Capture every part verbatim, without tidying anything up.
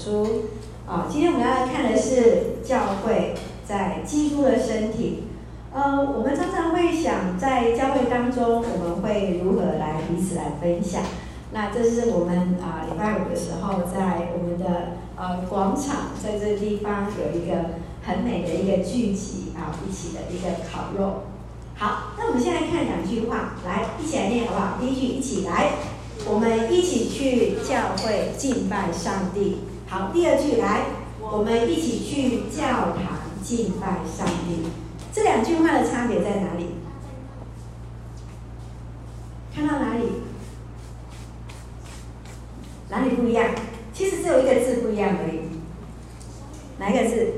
书》啊，今天我们要看的是教会在基督的身体。呃，我们常常会想，在教会当中，我们会如何来彼此来分享。那这是我们啊礼拜五的时候，在我们的呃广场，在这个地方有一个很美的一个聚集啊，一起的一个烤肉。好，那我们现在看两句话，来一起来念好不好？第一句一起来，我们一起去教会敬拜上帝。好，第二句来，我们一起去教堂敬拜上帝。这两句话的差别在哪里？看到哪里？哪里不一样？其实只有一个字不一样而已。哪一个字？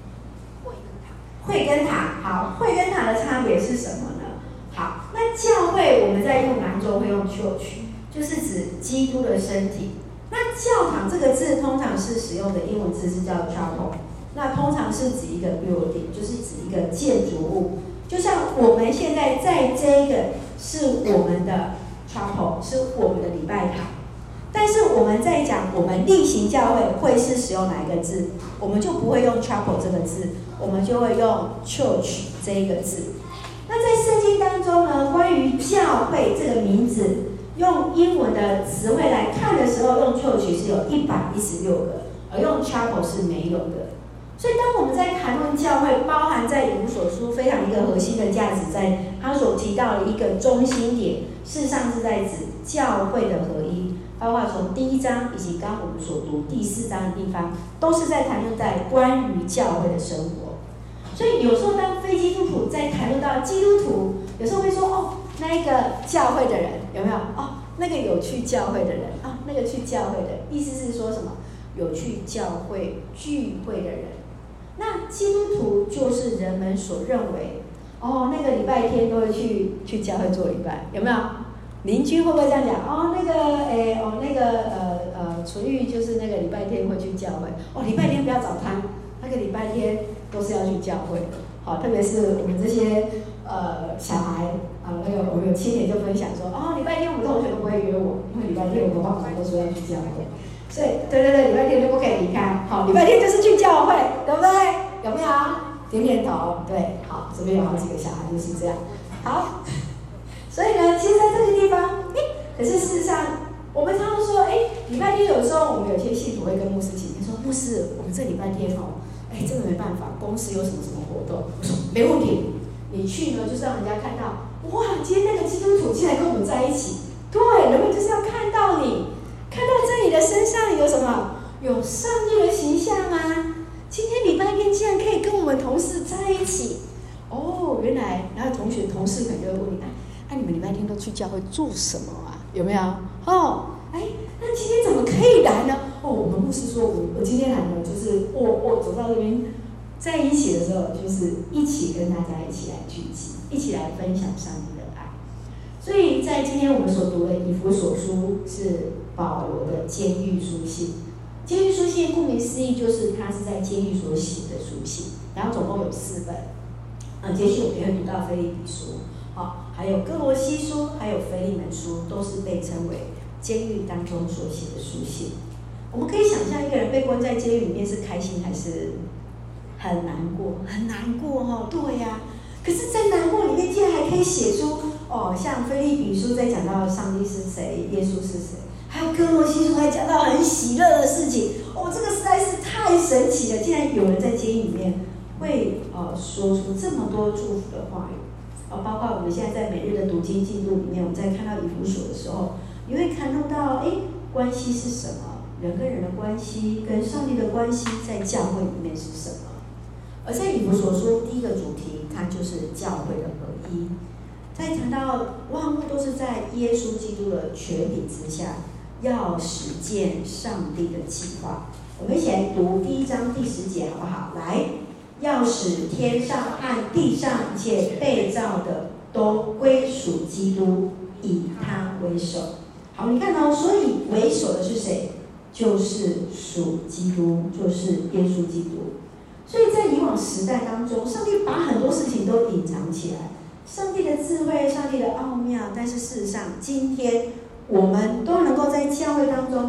会跟堂。好，会跟堂的差别是什么呢？好，那教会我们在用当中会用 church， 就是指基督的身体。那教堂这个字通常是使用的英文字是叫 chapel， 那通常是指一个 building， 就是指一个建筑物。就像我们现在在这个是我们的 chapel， 是我们的礼拜堂。但是我们在讲我们例行教会会是使用哪一个字，我们就不会用 chapel 这个字，我们就会用 church 这一个字。那在圣经当中呢，关于教会这个名字，用英文的词汇来看的时候，用 church 是有一百一十六个，而用 chapel 是没有的。所以当我们在谈论教会，包含在以弗所书非常一个核心的价值，在他所提到的一个中心点，事实上是在指教会的合一。包括从第一章以及刚刚我们所读第四章的地方，都是在谈论在关于教会的生活。所以有时候当非基督徒在谈论到基督徒，有时候会说哦，那一个教会的人有没有？哦，那个有去教会的人啊、哦，那个去教会的，意思是说什么？有去教会聚会的人。那基督徒就是人们所认为，哦，那个礼拜天都会去去教会做礼拜，有没有？邻居会不会这样讲？哦，那个，诶，哦，那个，呃呃，纯玉就是那个礼拜天会去教会。哦，礼拜天不要找他，那个礼拜天都是要去教会。好，特别是我们这些呃小孩啊、呃，那个我们有青年就分享说，哦，礼拜天我们同学都不会约我，因为礼拜天我们爸爸都说要去教会，所以对对对，礼拜天就不可以离开。好，礼拜天就是去教会，对不对？有没有？点点头，对，好，这边有好几个小孩就是这样。好。所以呢，其实在这个地方，哎，可是事实上，我们常常说，哎，礼拜天有时候我们有些信徒会跟牧师请教说，牧师，我们这礼拜天哦，哎，真的没办法，公司有什么什么活动，我说没问题，你去呢就是让人家看到，哇，今天那个基督徒竟然跟我们在一起，对，人们就是要看到你，看到在你的身上有什么，有上帝的形象啊，今天礼拜天竟然可以跟我们同事在一起，哦，原来，然后同学同事可能就会问你，哎。那、啊、你们礼拜天都去教会做什么啊？有没有？哦，哎，那今天怎么可以来呢？哦，我们牧师说，我我今天来呢，就是我我走到这边，在一起的时候，就是一起跟大家一起来聚集，一起来分享上帝的爱。所以在今天我们所读的以弗所书是保罗的监狱书信，监狱书信顾名思义就是他是在监狱所写的书信，然后总共有四本。啊，接续我们也会读到腓立比书。好，还有哥罗西书，还有腓利门书，都是被称为监狱当中所写的书信。我们可以想象一个人被关在监狱里面是开心还是很难过？很难过哦，对呀、啊。可是，在难过里面，竟然还可以写出哦，像腓立比书在讲到上帝是谁，耶稣是谁，还有哥罗西书还讲到很喜乐的事情。哦，这个实在是太神奇了！竟然有人在监狱里面会呃说出这么多祝福的话语。包括我们现在在每日的读经进度里面，我们在看到以弗所的时候，你会看到，哎，关系是什么？人跟人的关系，跟上帝的关系，在教会里面是什么？而在以弗所书第一个主题，它就是教会的合一。在谈到万物都是在耶稣基督的权柄之下，要实践上帝的计划。我们一起来读第一章第十节，好不好？来。要使天上和地上一切被造的都归属基督，以他为首。好，你看哦，所以为首的是谁？就是属基督，就是耶稣基督。所以在以往时代当中，上帝把很多事情都隐藏起来，上帝的智慧，上帝的奥妙。但是事实上，今天我们都能够在教会当中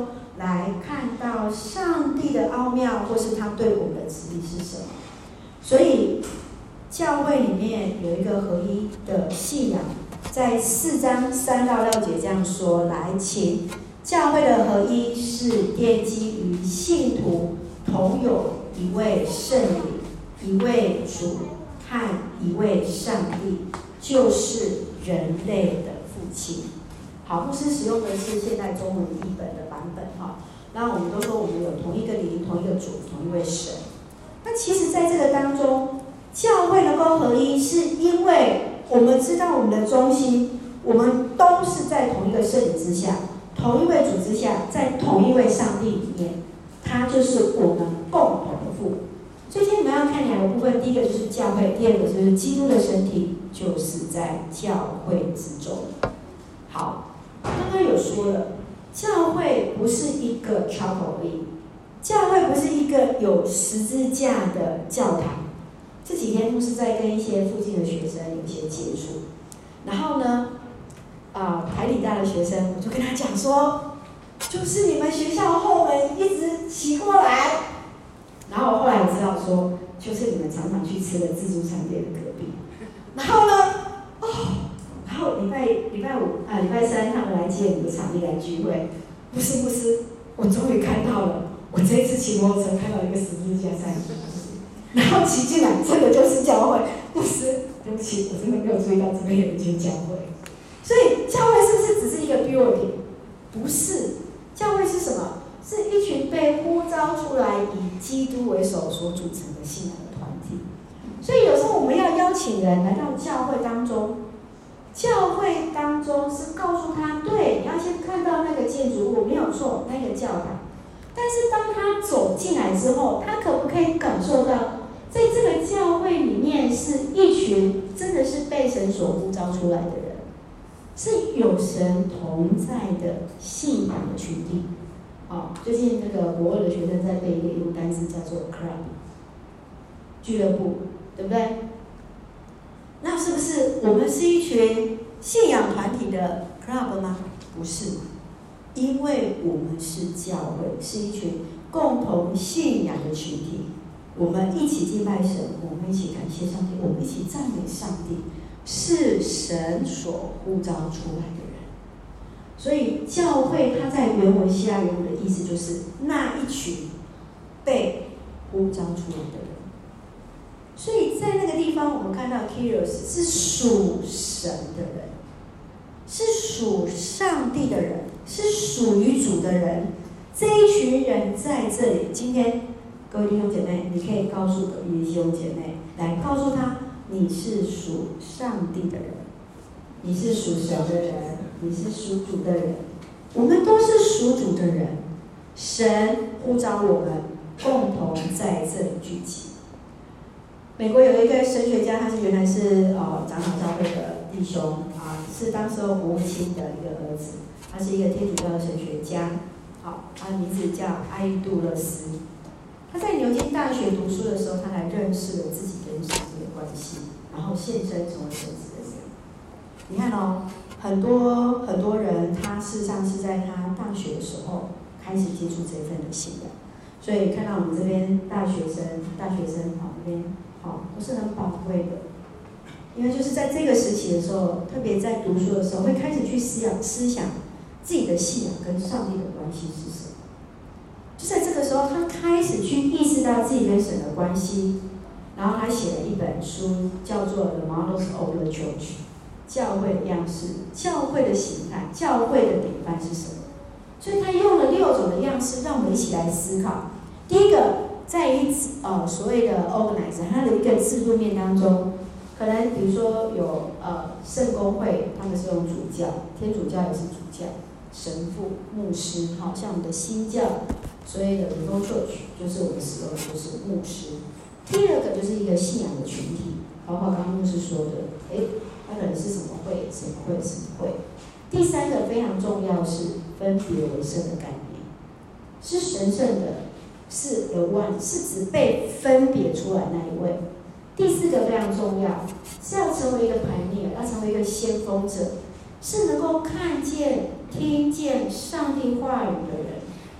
来看到上帝的奥妙，或是他对我们的旨意是什么。所以教会里面有一个合一的信仰，在四章三到六节这样说：来，请教会的合一是奠基于信徒同有一位圣灵、一位主和一位上帝，就是人类的父亲。好，牧师使用的是现代中文译本的版本哈。那我们都说我们有同一个灵、同一个主、同一位神。那其实在这个当中，教会能够合一，是因为我们知道我们的中心，我们都是在同一个圣灵之下，同一位主之下，在同一位上帝里面，他就是我们共同的父。所以今天我们要看两个部分，第一个就是教会，第二个就是基督的身体，就是在教会之中。好，刚刚有说了，教会不是一个 chapel 而已，教会不是一个有十字架的教堂。这几天牧师在跟一些附近的学生有一些接触，然后呢，啊、呃，台理大的学生，我就跟他讲说，就是你们学校后门一直骑过来，然后后来我知道说，就是你们常常去吃的自助餐店的隔壁，然后呢，哦，然后礼拜礼拜五啊礼拜三他们来接我们的场地来聚会，牧师牧师，我终于看到了，我这一次骑摩托车看到一个十字架在你。然后骑进来，这个就是教会。牧师，对不起，我真的没有注意到这边有一间教会。所以教会是不是只是一个 building？ 不是，教会是什么？是一群被呼召出来以基督为首所组成的信仰的团体。所以有时候我们要邀请人来到教会当中，教会当中是告诉他，对，你要先看到那个建筑物没有错，那个教堂。但是当他走进来之后，他可不可以感受到？在这个教会里面，是一群真的是被神所呼召出来的人，是有神同在的信仰的群体。哦，最近那个国二的学生在背一个英文单词叫做 club， 俱乐部，对不对？那是不是我们是一群信仰团体的 club 吗？不是，因为我们是教会，是一群共同信仰的群体。我们一起敬拜神，我们一起感谢上帝，我们一起赞美上帝，是神所呼召出来的人。所以教会它在原文希腊原文的意思就是那一群被呼召出来的人。所以在那个地方，我们看到 Kyrios 是属神的人，是属上帝的人，是属于主的人。这一群人在这里，今天。各位弟兄姐妹，你可以告诉隔壁的弟兄姐妹，来告诉他，你是属上帝的人，你是属神的人，你是属主的人，我们都是属主的人。神呼召我们共同在这里聚集。美国有一个神学家，他是原来是呃长老教会的弟兄啊，是当时候国务卿的一个儿子，他是一个天主教的神学家，好，他的名字叫埃杜勒斯。他在牛津大学读书的时候，他才认识了自己跟上帝的关系，然后献身成为神子的人。你看哦，很多很多人，他事实上是在他大学的时候开始接触这份的信仰，所以看到我们这边大学生、大学生好那边好都是很宝贵的，因为就是在这个时期的时候，特别在读书的时候，会开始去思想思想自己的信仰跟上帝的关系是什么。就在这个时候，他开始去意识到自己跟神的关系，然后他写了一本书，叫做《The Models of the Church》，教会的样式、教会的形态、教会的典范是什么？所以他用了六种的样式，让我们一起来思考。第一个，在于呃所谓的 organizer， 它的一个制度面当中，可能比如说有呃圣公会，他们是用主教，天主教也是主教，神父、牧师，好像我们的新教。所以的 Reformed Church 就是我们使用的就是牧师。第二个就是一个信仰的群体，包括刚刚牧师说的，哎，它可能是什么会、什么会、什么会。第三个非常重要是分别为圣的概念，是神圣的，是 the one， 是指被分别出来那一位。第四个非常重要，是要成为一个pioneer，要成为一个先锋者，是能够看见、听见上帝话语的人。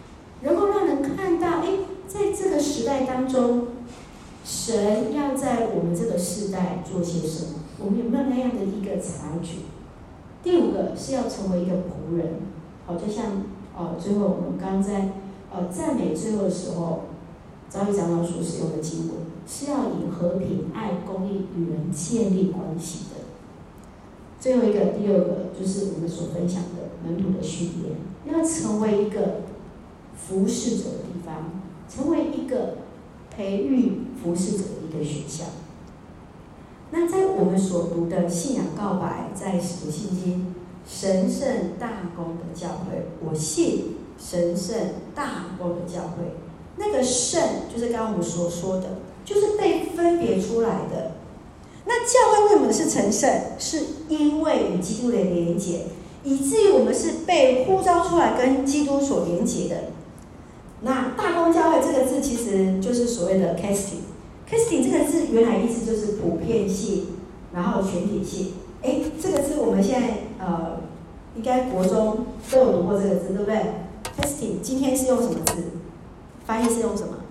能够让人看到，哎，在这个时代当中，神要在我们这个世代做些什么？我们有没有那样的一个察觉？第五个是要成为一个仆人，好，就像呃最后我们刚在呃赞美最后的时候，召会长老所使用的经文，是要以和平、爱、公义与人建立关系的。最后一个，第六个就是我们所分享的门徒的训练，要成为一个服侍者的地方，成为一个培育服侍者的一个学校。那在我们所读的信仰告白，在使徒信经神圣大公的教会，我信神圣大公的教会，那个圣就是刚刚我们所说的，就是被分别出来的。那教会为什么是成圣？是因为与基督的连结，以至于我们是被呼召出来跟基督所连结的。那大公教会这个字其实就是所谓的 casting。casting 这个字原来意思就是普遍性，然后全体性。哎，这个字我们现在呃应该国中都有读过这个字，对不对 ？casting 今天是用什么字？翻译是用什么？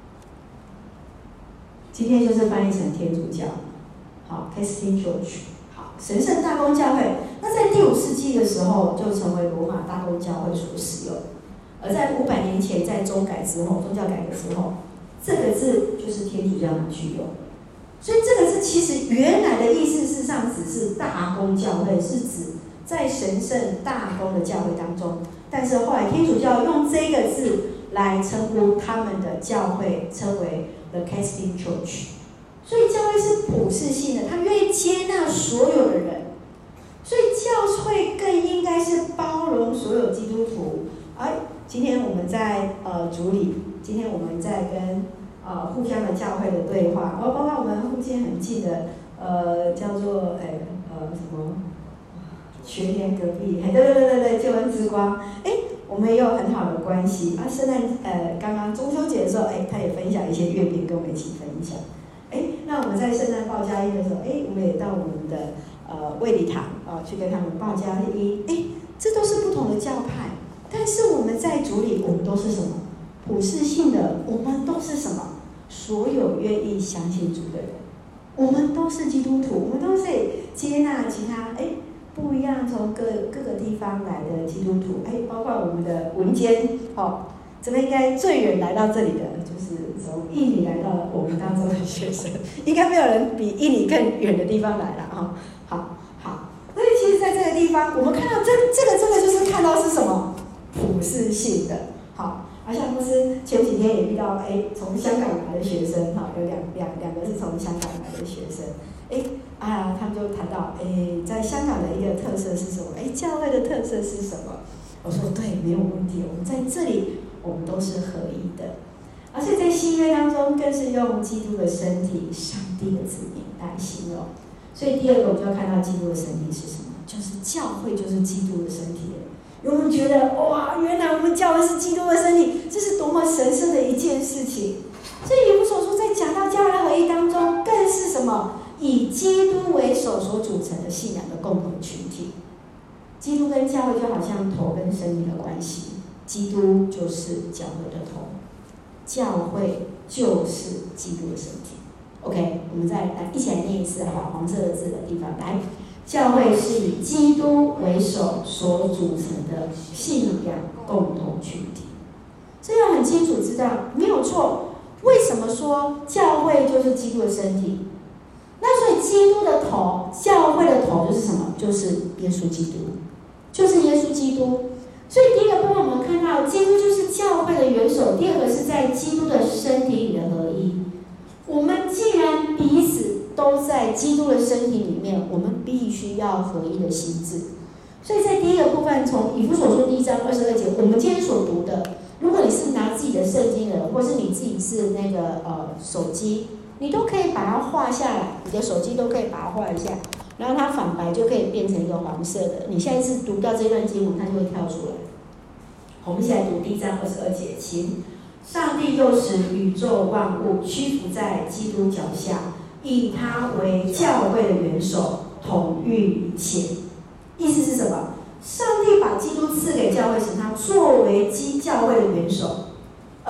今天就是翻译成天主教。好 ，casting church。好，神圣大公教会。那在第五世纪的时候，就成为罗马大公教会所使用。而在五百年前，在宗改之后，宗教改革之后，这个字就是天主教拿去用。所以这个字其实原来的意思，事实上只是大公教会，是指在神圣大公的教会当中。但是后来天主教用这个字来称呼他们的教会，称为 The Casting Church。所以教会是普世性的，他愿意接纳所有的人。所以教会更应该是包容所有基督徒。而今天我们在呃主里，今天我们在跟呃互相的教会的对话，然后包括我们附近很近的呃叫做哎呃什么学联隔壁，哎对对对对对，救恩之光，哎我们也有很好的关系啊。圣诞呃刚刚中秋节的时候，哎他也分享一些月饼跟我们一起分享。哎，那我们在圣诞报佳音的时候，哎我们也到我们的呃卫理堂啊、呃、去跟他们报佳音，哎这都是不同的教派。但是我们在主里，我们都是什么？普世性的，我们都是什么？所有愿意相信主的人，我们都是基督徒，我们都是接纳其他哎不一样从各各个地方来的基督徒，哎，包括我们的文监，哦，这边应该最远来到这里的，就是从印尼来到我们当中的学生，应该没有人比印尼更远的地方来了啊、哦。好，好，所以其实在这个地方，我们看到这这个这个就是看到是什么？普世性的，好，而像公司前几天也遇到，哎，从香港来的学生，哈，有两两两个是从香港来的学生，哎，啊，他们就谈到，哎，在香港的一个特色是什么？哎，教会的特色是什么？我说对，没有问题，我们在这里，我们都是合一的，而且在新约当中，更是用基督的身体、上帝的子民来形容。所以第二个，我们就要看到基督的身体是什么？就是教会，就是基督的身体。有没有觉得哇，原来我们教会是基督的身体，这是多么神圣的一件事情？所以以弗所书在讲到教会的合一当中，更是什么？以基督为首所组成的信仰的共同群体。基督跟教会就好像头跟身体的关系，基督就是教会的头，教会就是基督的身体。OK， 我们再来一起来念一次好不好？黄色的字的地方来。教会是以基督为首所组成的信仰共同群体，这要很清楚知道，没有错。为什么说教会就是基督的身体？那所以基督的头，教会的头就是什么？就是耶稣基督，就是耶稣基督。所以第一个部分我们看到，基督就是教会的元首；第二个是在基督的身体里的合一。我们既然彼此都在基督的身体里面，我们必须要合一的心智。所以在第一个部分，从以弗所书第一章二十二节，我们今天所读的，如果你是拿自己的圣经的人，或是你自己是那个呃手机，你都可以把它画下来，你的手机都可以把它画一下，然后它反白就可以变成一个黄色的。你下一次读到这段经文，它就会跳出来。我们一起来读第一章二十二节，请。上帝又使宇宙万物屈服在基督脚下，以他为教会的元首，统御一切。意思是什么？上帝把基督赐给教会，使他作为基教会的元首。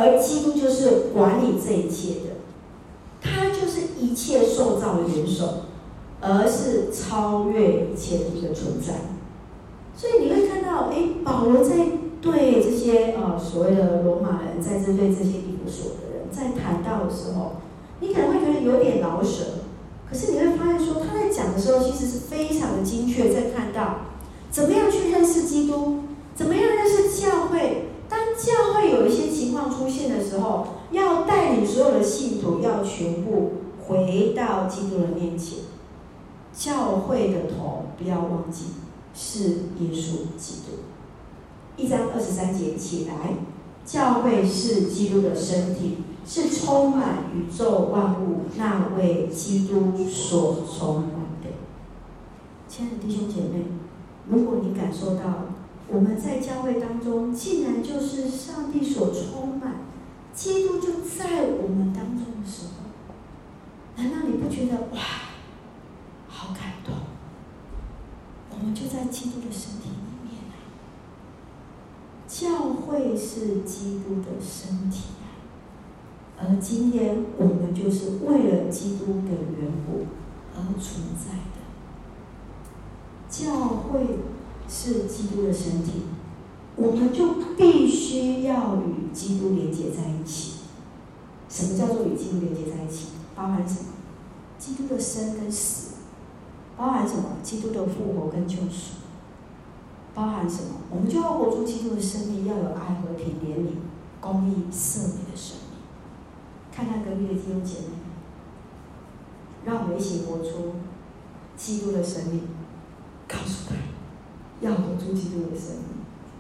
而基督就是管理这一切的，他就是一切受造的元首，而是超越一切的一个存在。所以你会看到，哎，保罗在对这些呃所谓的罗马人，在这对这些以弗所的人在谈到的时候，你可能会觉得有点老舍，可是你会发现说他在讲的时候，其实是非常的精确，在看到怎么样去认识基督，怎么样认识教会。当教会有一些情况出现的时候，要带领所有的信徒要全部回到基督的面前。教会的头不要忘记是耶稣基督。一章二十三节起来，教会是基督的身体，是充满宇宙万物那位基督所充满的。亲爱的弟兄姐妹，如果你感受到我们在教会当中竟然就是上帝所充满，基督就在我们当中的时候，难道你不觉得哇，好感动？我们就在基督的身体里面啊！教会是基督的身体啊，而今天我们就是为了基督的缘故而存在的。教会是基督的身体，我们就必须要与基督连接在一起。什么叫做与基督连接在一起？包含什么？基督的生跟死，包含什么？基督的复活跟救赎，包含什么？我们就要活出基督的生命，要有爱、和平、怜悯、公义、赦免的生命。看看隔壁的弟兄姐妹，让我们一起活出基督的生命，告诉他要活出基督的生命。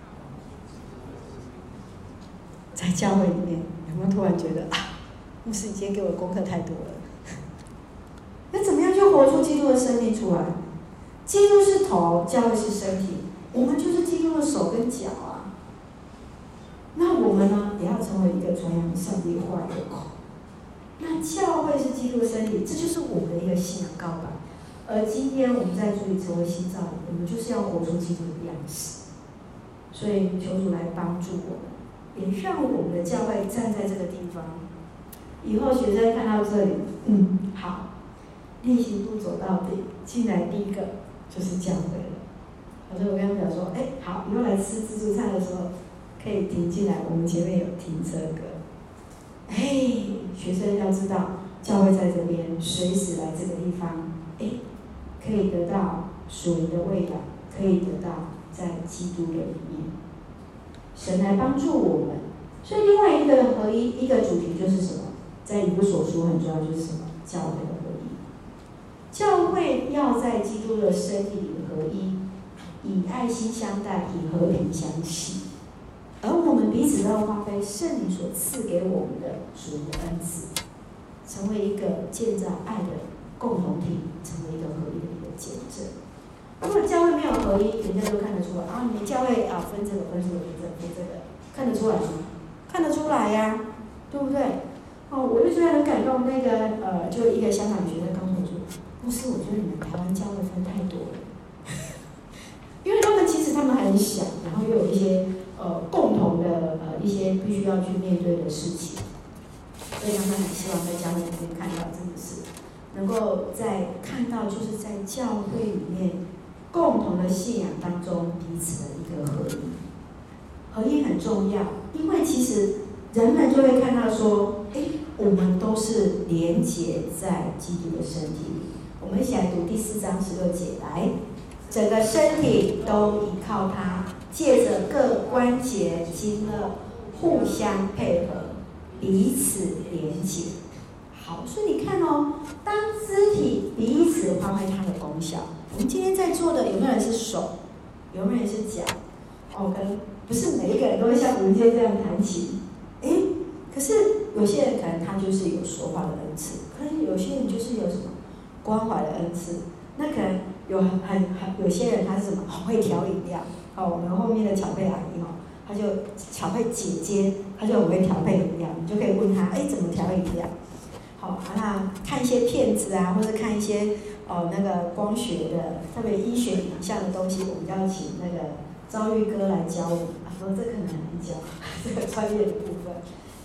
在教会里面，有没有突然觉得啊，牧师，你今天给我的功课太多了？那怎么样就活出基督的生命出来？基督是头，教会是身体，我们就是基督的手跟脚啊。那我们呢，也要成为一个传扬上帝话语的口。那教会是基督的身体，这就是我们的一个信仰告白。而今天我们在主里成为新造的，我们就是要活出基督的样式。所以求主来帮助我们，也让我们的教会站在这个地方。以后学生看到这里，嗯，好。例行路走到底，进来第一个就是教会了。所以我跟他们讲说，哎，好，以后来吃自助餐的时候，可以停进来，我们前面有停车格。哎，学生要知道，教会在这边，随时来这个地方，哎，可以得到属灵的喂养，可以得到在基督的里面，神来帮助我们。所以另外一个合一一个主题就是什么？在以弗所书很重要，就是什么？教会的合一。教会要在基督的身体里合一，以爱心相待，以和平相系。而我们彼此都要发挥圣灵所赐给我们的属灵的恩赐，成为一个建造爱的共同体，成为一个合一的一个见证。如果教会没有合一，人家都看得出来啊，你们教会啊分这个分这个分这个分这个，看得出来吗？看得出来呀、啊，对不对？哦，我就觉得很感动。那个呃，就一个香港学生告诉我说，牧师，我觉得你们台湾教会分太多了，因为他们其实他们很小，然后又有一些呃共同的呃一些必须要去面对的事情，所以他们很希望在教会里面看到真的是能够在看到就是在教会里面共同的信仰当中彼此的一个合一。合一很重要，因为其实人们就会看到说，哎，我们都是连结在基督的身体里。我们一起来读第四章十六节，来，整个身体都依靠它，借着各关节、经络互相配合，彼此连结。好，所以你看哦，当肢体彼此发挥它的功效，我们今天在座的有没有人是手？有没有人是脚？哦，可能不是每一个人都会像我们今天这样弹琴，哎，可是有些人可能他就是有说话的恩赐，可能有些人就是有什么关怀的恩赐，那可能有很很很有些人他是什么很会调饮料，哦，我们后面的巧佩阿姨哦，她就巧佩姐姐，她就很会调配饮料，你就可以问她，哎，怎么调饮料？好，那看一些片子啊，或者看一些哦那个光学的，特别医学影像的东西，我们就要请那个昭玉哥来教我们，啊，说这个很难教，这个专业的部分。哎，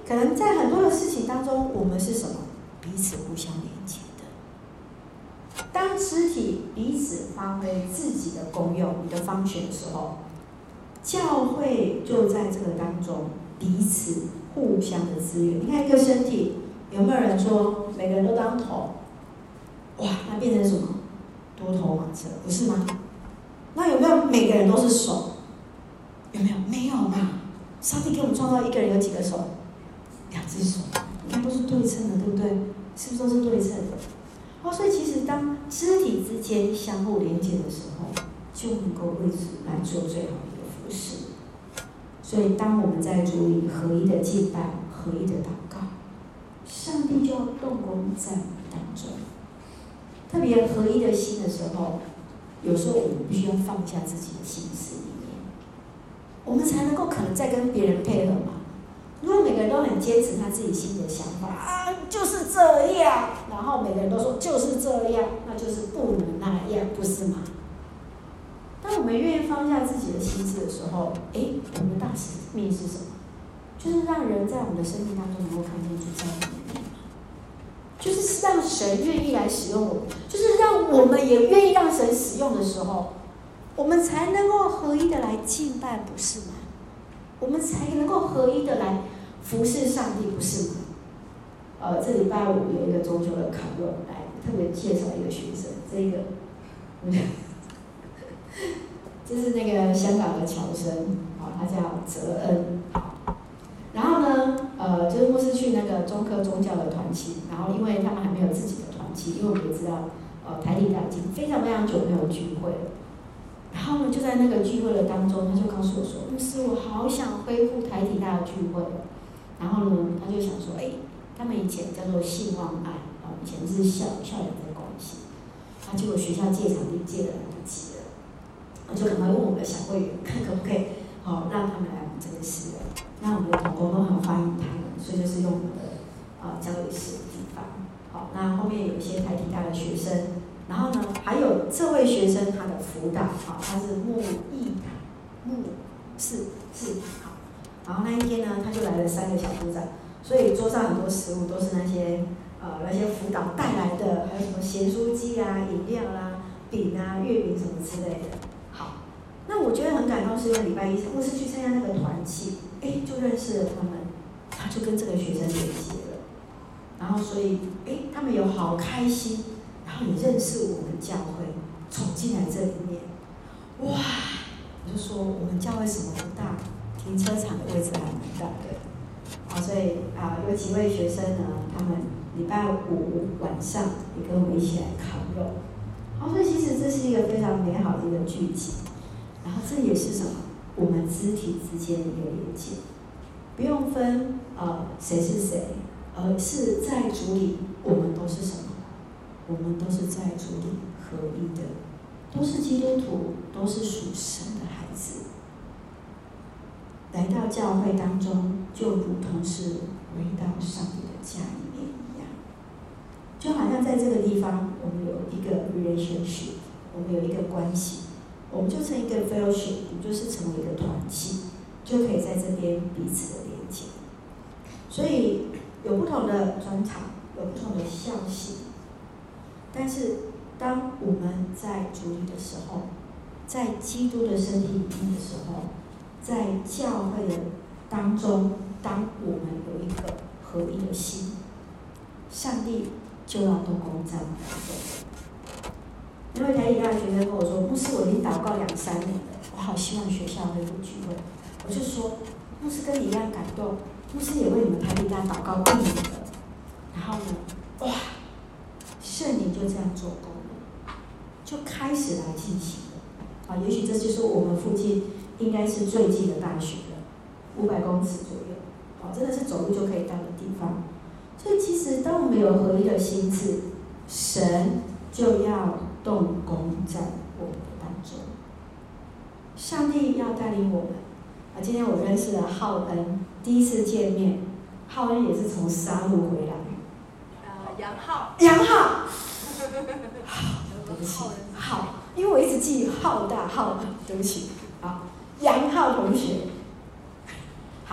可能在很多的事情当中，我们是什么？彼此互相连接的。当肢体彼此发挥自己的功用、你的方选的时候，教会就在这个当中彼此互相的资源。你看一个身体，有没有人说每个人都当头？哇，那变成什么？多头马车，不是吗？那有没有每个人都是手？有没有？没有嘛。上帝给我们创造一个人有几个手？两只手，你看都是对称的，对不对？是不是都是对称的？哦，所以其实当肢体之间相互连接的时候，就能够为主来做最好的一个服事。所以当我们在主里合一的敬拜、合一的祷告，上帝就要动工在我们当中。特别合一的心的时候，有时候我们必须要放下自己的心思里面，我们才能够可能再跟别人配合嘛。如果每个人都很坚持他自己心里的想法啊，就是这样，然后每个人都说就是这样，那就是不能那样，不是吗？当我们愿意放下自己的心思的时候，哎，我们的大使命是什么？就是让人在我们的生命当中能够看见主在我们里面，就是让神愿意来使用我们，就是让我们也愿意让神使用的时候，我们才能够合一的来敬拜，不是吗？我们才能够合一的来服侍上帝，不是吗？呃，这礼拜五有一个中秋的烤肉，来特别介绍一个学生，这一个，这是那个香港的侨生，好，他叫泽恩，好，然后呢，呃，就是牧师去那个中科宗教的团契，然后因为他们还没有自己的团契，因为我们也知道，呃，台体大已经非常非常久没有聚会了。然后呢，就在那个聚会的当中，他就告诉我说：“牧师，我好想恢复台体大的聚会了。”然后呢，他就想说：“哎，他们以前叫做信望爱，啊，以前是校校园的关系，啊，结果学校借场地借的来不及了，我就赶快问我们的小会员，看可不可以，好、哦、让他们来我们这个寺院，那我们的同工都很欢迎他们，所以就是用我们的啊教理室的地方。好，那后面有一些台体大的学生。”然后呢，还有这位学生他的辅导，好，他是木艺堂，木是是好。然后那一天呢，他就来了三个小组长，所以桌上很多食物都是那些呃那些辅导带来的，还有什么咸酥鸡啊、饮料啦、饼啊、月饼什么之类的。好，那我觉得很感动，是因为礼拜一牧师去参加那个团契，哎，就认识了他们，他就跟这个学生连接了，然后所以哎，他们有好开心。然后你认识我们教会，走进来这里面，哇！我就说我们教会什么不大，停车场的位置还蛮大的，啊，所以啊，有几位学生呢，他们礼拜五晚上也跟我们一起来烤肉，好，所以其实这是一个非常美好的一个聚集，然后这也是什么？我们肢体之间的一个连接，不用分呃谁是谁，而是在主里，我们都是什么？我们都是在主里合一的，都是基督徒，都是属神的孩子。来到教会当中，就如同是回到上帝的家里面一样，就好像在这个地方，我们有一个 relationship， 我们有一个关系，我们就成一个 fellowship， 我们就是成为一个团契，就可以在这边彼此的连接。所以有不同的专长，有不同的校系。但是，当我们在主里的时候，在基督的身体里面的时候，在教会的当中，当我们有一个合一的心，上帝就要动工在我们当中。因为台体大的学生跟我说：“牧师，我已经祷告两三年了，我好希望学校恢复聚会。”我就说：“牧师跟你一样感动，牧师也为你们台体大祷告一年了。”然后呢，哇！圣灵就这样做工了，就开始来进行了。啊，也许这就是我们附近应该是最近的大学了，五百公尺左右，啊，真的是走路就可以到的地方。所以其实当我们有合一的心智，神就要动工在我们的当中。上帝要带领我们。啊，今天我认识了浩恩，第一次见面，浩恩也是从沙鹿回来。 杨浩， 杨浩，好，对不起，浩，因为我一直记浩大浩，对不起，好，杨浩同学，好，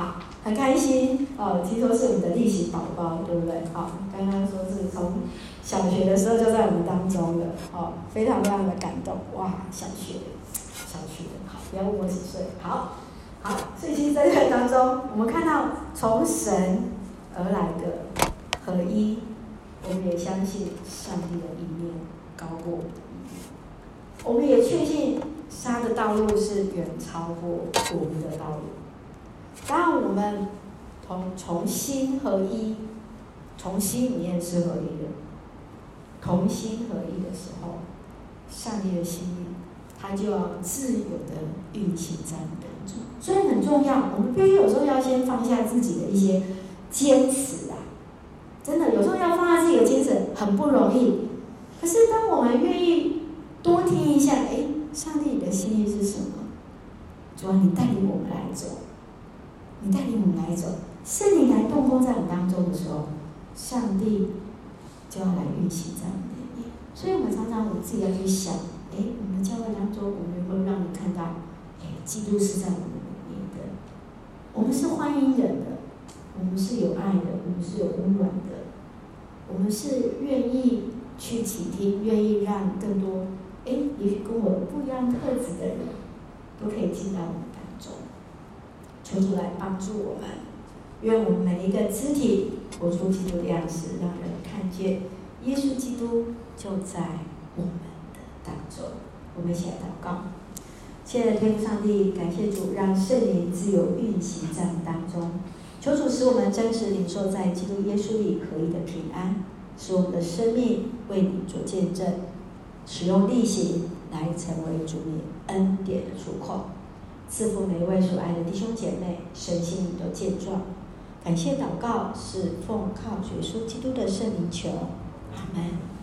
很开心哦，听说是我们的例行宝宝，对不对？好、哦，刚刚说是从小学的时候就在我们当中了，哦，非常非常的感动，哇，小学，小学，好，不要问我几岁，好，好，所以其实在这个当中，我们看到从神而来的合一，我们也相信上帝的意念高过我们的意念，我们也确信他的道路是远超过我们的道路。当我们从从心合一，从心里面是合一的，同心合一的时候，上帝的心意，他就要自由的运行在我们当中。所以很重要，我们必须有时候要先放下自己的一些坚持啊，真的有时候要放下自己的坚持很不容易。可是当我们愿意多听一下，哎，上帝你的心意是什么？主啊，你带领我们来走。你带领我们来走，圣灵来动工在我们当中的时候，上帝就要来运行在我们里面。所以我们常常我们自己要去想，哎，我们的教会当中，我们能够让你看到，哎，基督是在我们里面的。我们是欢迎人的，我们是有爱的，我们是有温暖的，我们是愿意去倾听，愿意让更多，哎，也许跟我有不一样特质的人，都可以进到我们当中。求主来帮助我们，愿我们每一个肢体活出基督的样式，让人看见耶稣基督就在我们的当中。我们一起来祷告。亲爱的天父上帝，感谢主，让圣灵自由运行在我们当中。求主使我们真实领受在基督耶稣里合一的平安，使我们的生命为你做见证，使用力行来成为主你恩典的出口。赐福每一位所爱的弟兄姐妹，身心灵都健壮。感谢祷告是奉靠主耶稣基督的圣名求，阿门。